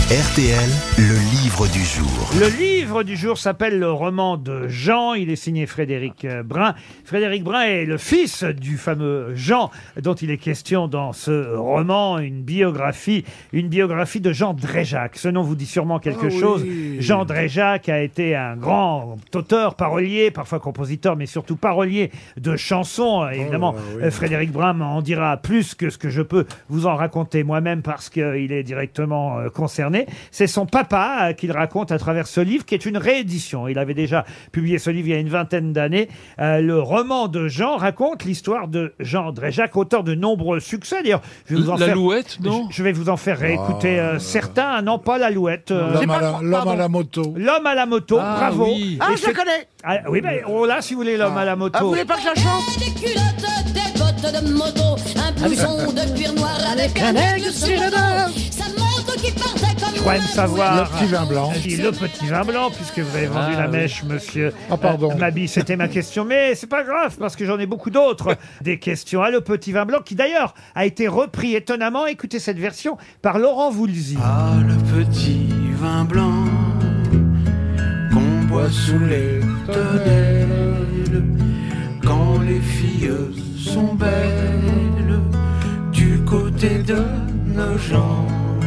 RTL, le livre du jour. Le livre du jour s'appelle Le roman de Jean. Il est signé Frédéric Brun. Frédéric Brun est le fils du fameux Jean dont il est question dans ce roman, une biographie de Jean Dréjac. Ce nom vous dit sûrement quelque chose. Jean Dréjac a été un grand auteur, parolier, parfois compositeur, mais surtout parolier de chansons. Évidemment, Frédéric Brun m'en dira plus que ce que je peux vous en raconter moi-même parce qu'il est directement concerné. C'est son papa qu'il raconte à travers ce livre qui est une réédition. Il avait déjà publié ce livre il y a une vingtaine d'années. Le roman de Jean raconte l'histoire de Jean Dréjac, auteur de nombreux succès. D'ailleurs, je vais vous en L'Alouette, non ? je vais vous en faire réécouter certains. Non, pas l'Alouette. L'homme à la moto. L'homme à la moto, bravo. Oui. Ah, Et je c'est- connais. Ah, oui, ben, oh là, si vous voulez, l'homme à la moto. Ah, vous voulez pas que je la chante? Des culottes, des bottes de moto, un blouson de cuir noir avec un aigle sur le dos. Sa montre qui partait comme Je crois même savoir. Le petit vin blanc. Je dis le petit vin blanc, puisque vous avez vendu la mèche, monsieur. Ah, pardon. Mabi, c'était ma question. Mais c'est pas grave, parce que j'en ai beaucoup d'autres. Des questions à le petit vin blanc, qui d'ailleurs a été repris étonnamment, écoutez cette version, par Laurent Voulzy. Ah, le petit vin blanc qu'on boit sous les tonnelles quand les filles sont belles du côté de nos gens.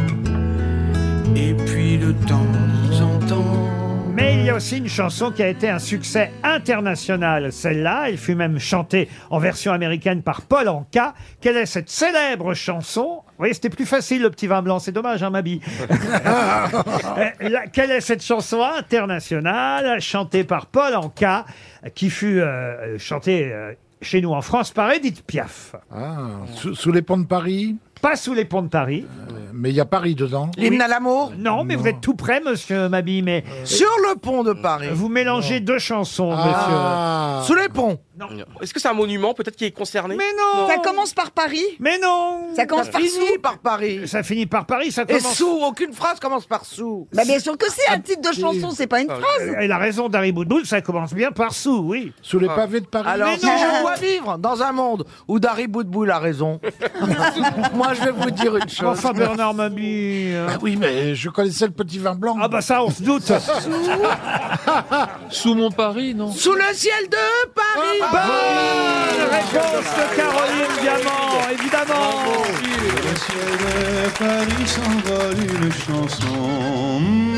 Et puis de temps en temps. Mais il y a aussi une chanson qui a été un succès international. Celle-là, elle fut même chantée en version américaine par Paul Anka. Quelle est cette célèbre chanson ? Vous voyez, c'était plus facile, le petit vin blanc. C'est dommage, hein, Mabi. Quelle est cette chanson internationale chantée par Paul Anka, qui fut chantée chez nous en France par Édith Piaf ? Ah, sous les ponts de Paris. Pas sous les ponts de Paris. Mais il y a Paris dedans. L'hymne à l'amour? Non, mais vous êtes tout près, monsieur Mabi. Mais Sur le pont de Paris. vous mélangez deux chansons, Ah. Sous les ponts. Est-ce que c'est un monument peut-être qui est concerné ? monsieur. Mais non. Ça commence par Paris. Mais non. Ça commence par Fini sous. par Paris. Ça finit par Paris, ça Et commence... sous, aucune phrase commence par sous. Bah bien sûr que c'est un titre de chanson, c'est pas une phrase. Et la raison d'Harry Boudboul, ça commence bien par sous, oui. Sous les pavés de Paris. Alors, Mais si non. je dois vivre dans un monde où Dari Boudboul a raison, moi je vais vous dire une chose. Enfin, Bernard Mabie... Ah oui, mais je connaissais le petit vin blanc. Ah bah ça, on se doute. Sous mon Paris, non ? Sous le ciel de Paris. Bonne réponse de Caroline Diamant, évidemment. Le ciel de Paris s'envole une chanson.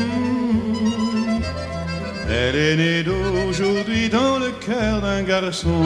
Elle est née d'aujourd'hui dans le cœur d'un garçon.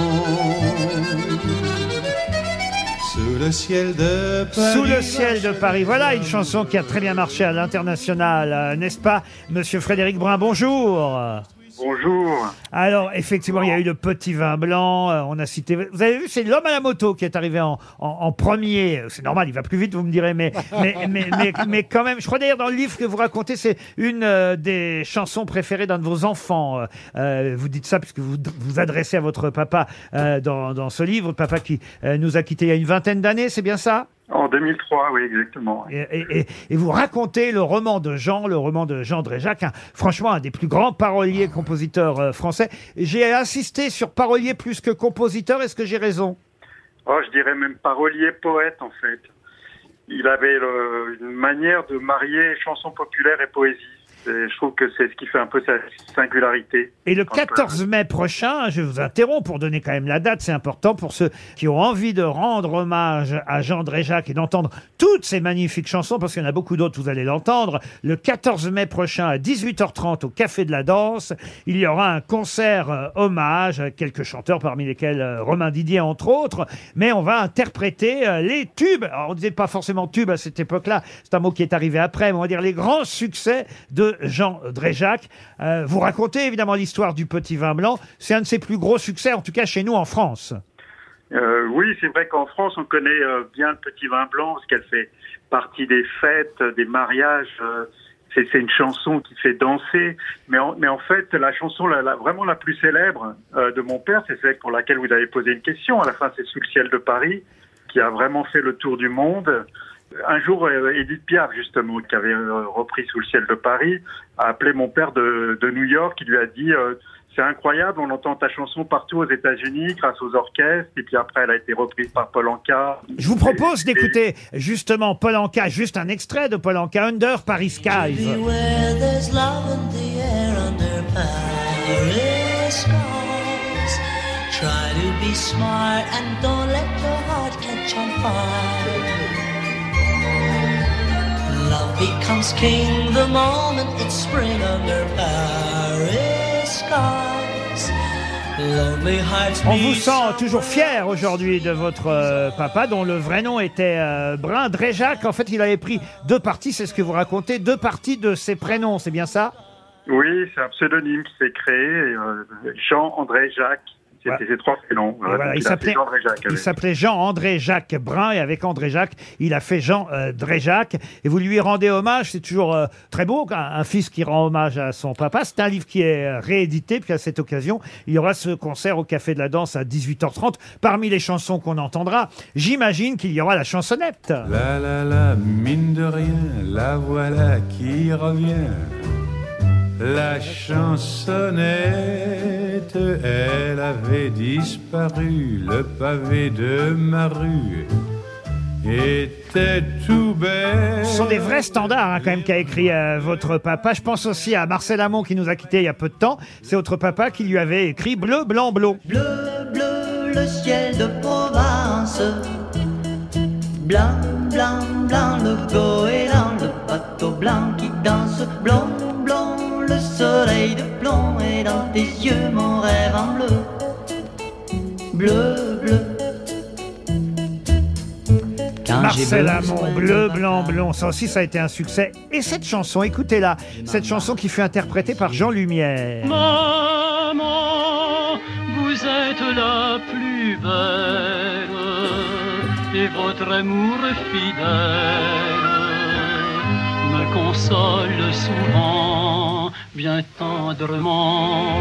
Sous le ciel de Paris. Sous le ciel de Paris. Voilà une chanson qui a très bien marché à l'international, n'est-ce pas, monsieur Frédéric Brun? Bonjour. Bonjour. Alors, effectivement, il y a eu le petit vin blanc, on a cité... Vous avez vu, c'est l'homme à la moto qui est arrivé en premier. C'est normal, il va plus vite, vous me direz, mais quand même, je crois d'ailleurs dans le livre que vous racontez, c'est une des chansons préférées d'un de vos enfants. Vous dites ça puisque vous vous adressez à votre papa dans ce livre, papa qui nous a quittés il y a une vingtaine d'années, c'est bien ça ? En 2003, oui, exactement. Et vous racontez le roman de Jean Dréjac, franchement un des plus grands paroliers, compositeurs français. J'ai insisté sur parolier plus que compositeur, est-ce que j'ai raison ? Oh, je dirais même parolier poète, en fait. Il avait une manière de marier chanson populaire et poésie. Je trouve que c'est ce qui fait un peu sa singularité. Et le 14 mai prochain, je vous interromps pour donner quand même la date, c'est important pour ceux qui ont envie de rendre hommage à Jean Dréjac et d'entendre toutes ces magnifiques chansons, parce qu'il y en a beaucoup d'autres, vous allez l'entendre. Le 14 mai prochain à 18h30 au Café de la Danse, il y aura un concert hommage à quelques chanteurs, parmi lesquels Romain Didier entre autres, mais on va interpréter les tubes. Alors on ne disait pas forcément tubes à cette époque-là, c'est un mot qui est arrivé après, mais on va dire les grands succès de Jean Dréjac. Vous racontez évidemment l'histoire du petit vin blanc. C'est un de ses plus gros succès, en tout cas chez nous en France. Oui, c'est vrai qu'en France, on connaît bien le petit vin blanc, parce qu'elle fait partie des fêtes, des mariages. C'est une chanson qui fait danser. Mais en fait, la chanson vraiment la plus célèbre de mon père, c'est celle pour laquelle vous avez posé une question. À la fin, c'est Sous le ciel de Paris, qui a vraiment fait le tour du monde. Un jour, Édith Piaf, justement, qui avait repris Sous le ciel de Paris, a appelé mon père de New York, qui lui a dit c'est incroyable, on entend ta chanson partout aux États-Unis grâce aux orchestres, et puis après elle a été reprise par Paul Anka. Je vous propose d'écouter justement Paul Anka, juste un extrait de Paul Anka, Under Paris Skies. Everywhere there's love in the air under Paris skies. Try to be smart and don't let your heart catch on fire. Love becomes king the moment it's spring under Paris skies. Lonely hearts On vous sent toujours fier aujourd'hui de votre papa, dont le vrai nom était Brun. Dréjac, en fait, il avait pris deux parties, c'est ce que vous racontez, deux parties de ses prénoms, c'est bien ça? Oui, c'est un pseudonyme qui s'est créé, Jean-André Jacques. C'était ses trois prénoms. Voilà, il s'appelait Jean-André Jacques Brun, et avec André Jacques, il a fait Jean Dréjac. Et vous lui rendez hommage, c'est toujours très beau, un fils qui rend hommage à son papa. C'est un livre qui est réédité, puis à cette occasion, il y aura ce concert au Café de la Danse à 18h30. Parmi les chansons qu'on entendra, j'imagine qu'il y aura la chansonnette. La la la, mine de rien, la voilà qui revient. La chansonnette, elle avait disparu, le pavé de ma rue était tout belle. Ce sont des vrais standards quand même qu'a écrit votre papa. Je pense aussi à Marcel Amont qui nous a quittés il y a peu de temps. C'est votre papa qui lui avait écrit Bleu, blanc, bleu. Bleu, bleu, le ciel de Provence. Blanc, blanc, blanc, le goéland, le bateau blanc qui danse. Blanc, blanc, le soleil de plomb est dans tes yeux, mon rêve en bleu. Bleu, bleu. Marcel Amont, Bleu, blanc, blond. Ça aussi, ça a été un succès. Et cette chanson, écoutez-la. Cette chanson qui fut interprétée par Jean Lumière. Maman, vous êtes la plus belle et votre amour fidèle me console souvent, bien tendrement.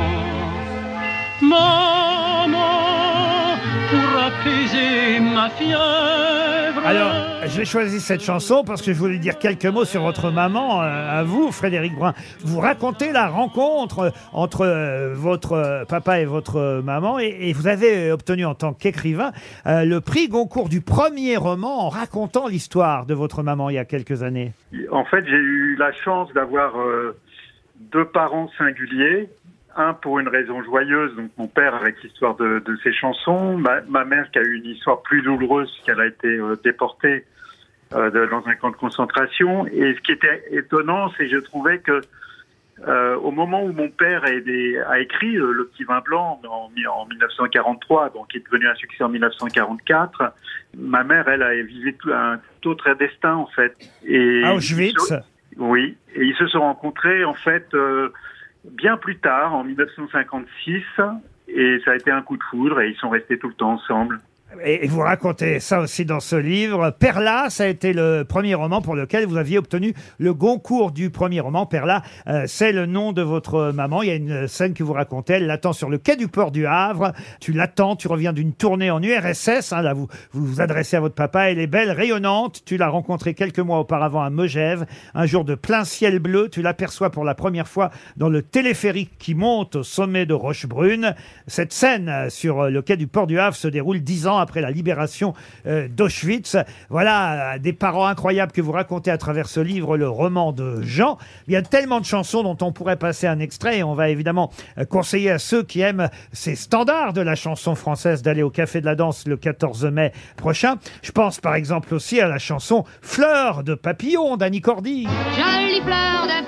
Maman, pour apaiser ma fièvre. Alors, j'ai choisi cette chanson parce que je voulais dire quelques mots sur votre maman, à vous, Frédéric Brun. Vous racontez la rencontre entre votre papa et votre maman, et vous avez obtenu en tant qu'écrivain le prix Goncourt du premier roman en racontant l'histoire de votre maman il y a quelques années. En fait, j'ai eu la chance d'avoir deux parents singuliers. Un pour une raison joyeuse, donc mon père avec l'histoire de ses chansons, ma mère qui a eu une histoire plus douloureuse, qu'elle a été déportée dans un camp de concentration. Et ce qui était étonnant, c'est que je trouvais que au moment où mon père a écrit Le Petit Vin Blanc en 1943, donc qui est devenu un succès en 1944, ma mère, elle, a vécu un tout autre destin en fait. Et à Auschwitz. Oui, et ils se sont rencontrés en fait bien plus tard, en 1956, et ça a été un coup de foudre, et ils sont restés tout le temps ensemble. Et vous racontez ça aussi dans ce livre. Perla, ça a été le premier roman pour lequel vous aviez obtenu le Goncourt du premier roman. Perla, c'est le nom de votre maman. Il y a une scène que vous racontez. Elle l'attend sur le quai du port du Havre. Tu l'attends, tu reviens d'une tournée en URSS. Là, vous vous adressez à votre papa. Elle est belle, rayonnante. Tu l'as rencontrée quelques mois auparavant à Megève. Un jour de plein ciel bleu, tu l'aperçois pour la première fois dans le téléphérique qui monte au sommet de Rochebrune. Cette scène sur le quai du port du Havre se déroule 10 ans après la libération d'Auschwitz. Voilà des parents incroyables que vous racontez à travers ce livre, le roman de Jean. Il y a tellement de chansons dont on pourrait passer un extrait, et on va évidemment conseiller à ceux qui aiment ces standards de la chanson française d'aller au Café de la Danse le 14 mai prochain. Je pense par exemple aussi à la chanson Fleur de papillon d'Annie Cordy. Jolie fleur de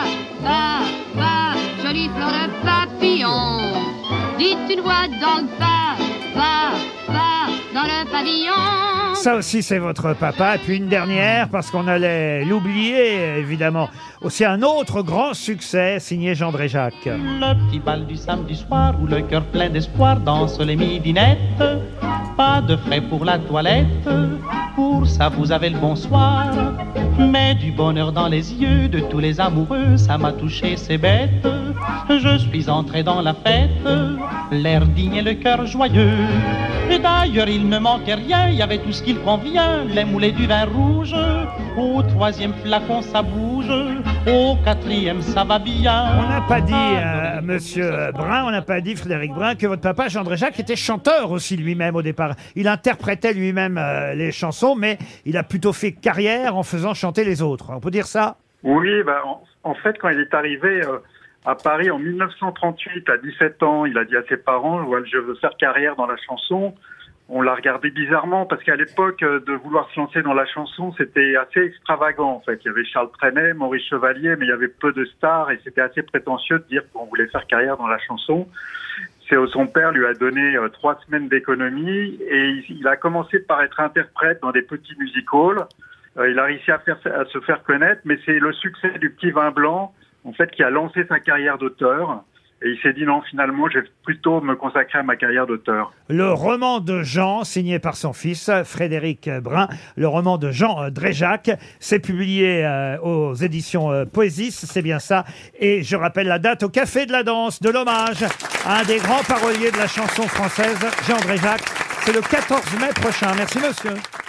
jolie fleur de papillon. Dites une voix dans le dans le pavillon. Ça aussi, c'est votre papa. Et puis une dernière, parce qu'on allait l'oublier, évidemment. Aussi un autre grand succès, signé Jean Dréjac. Le petit bal du samedi soir, où le cœur plein d'espoir danse les midinettes. Pas de frais pour la toilette, pour ça vous avez le bonsoir. Mais du bonheur dans les yeux de tous les amoureux, ça m'a touché, c'est bête. Je suis entré dans la fête, l'air digne et le cœur joyeux. Et d'ailleurs il ne manquait rien, il y avait tout ce qu'il convient. Les moulets du vin rouge, au troisième flacon ça bouge. Au quatrième, ça va bien. On n'a pas dit, monsieur Brun, on n'a pas dit, Frédéric Brun, que votre papa, Jean Dréjac, était chanteur aussi lui-même au départ. Il interprétait lui-même les chansons, mais il a plutôt fait carrière en faisant chanter les autres. On peut dire ça? Oui, en fait, quand il est arrivé à Paris en 1938, à 17 ans, il a dit à ses parents, je veux faire carrière dans la chanson. On l'a regardé bizarrement parce qu'à l'époque, de vouloir se lancer dans la chanson, c'était assez extravagant en fait. Il y avait Charles Trenet, Maurice Chevalier, mais il y avait peu de stars et c'était assez prétentieux de dire qu'on voulait faire carrière dans la chanson. Son père lui a donné 3 semaines d'économie et il a commencé par être interprète dans des petits music-halls. Il a réussi à se faire connaître, mais c'est le succès du Petit Vin Blanc en fait qui a lancé sa carrière d'auteur. Et il s'est dit non, finalement, je vais plutôt me consacrer à ma carrière d'auteur. Le roman de Jean, signé par son fils, Frédéric Brun, le roman de Jean Dréjac, c'est publié aux éditions Poésis, c'est bien ça. Et je rappelle la date au Café de la Danse de l'hommage à un des grands paroliers de la chanson française, Jean Dréjac. C'est le 14 mai prochain. Merci, monsieur.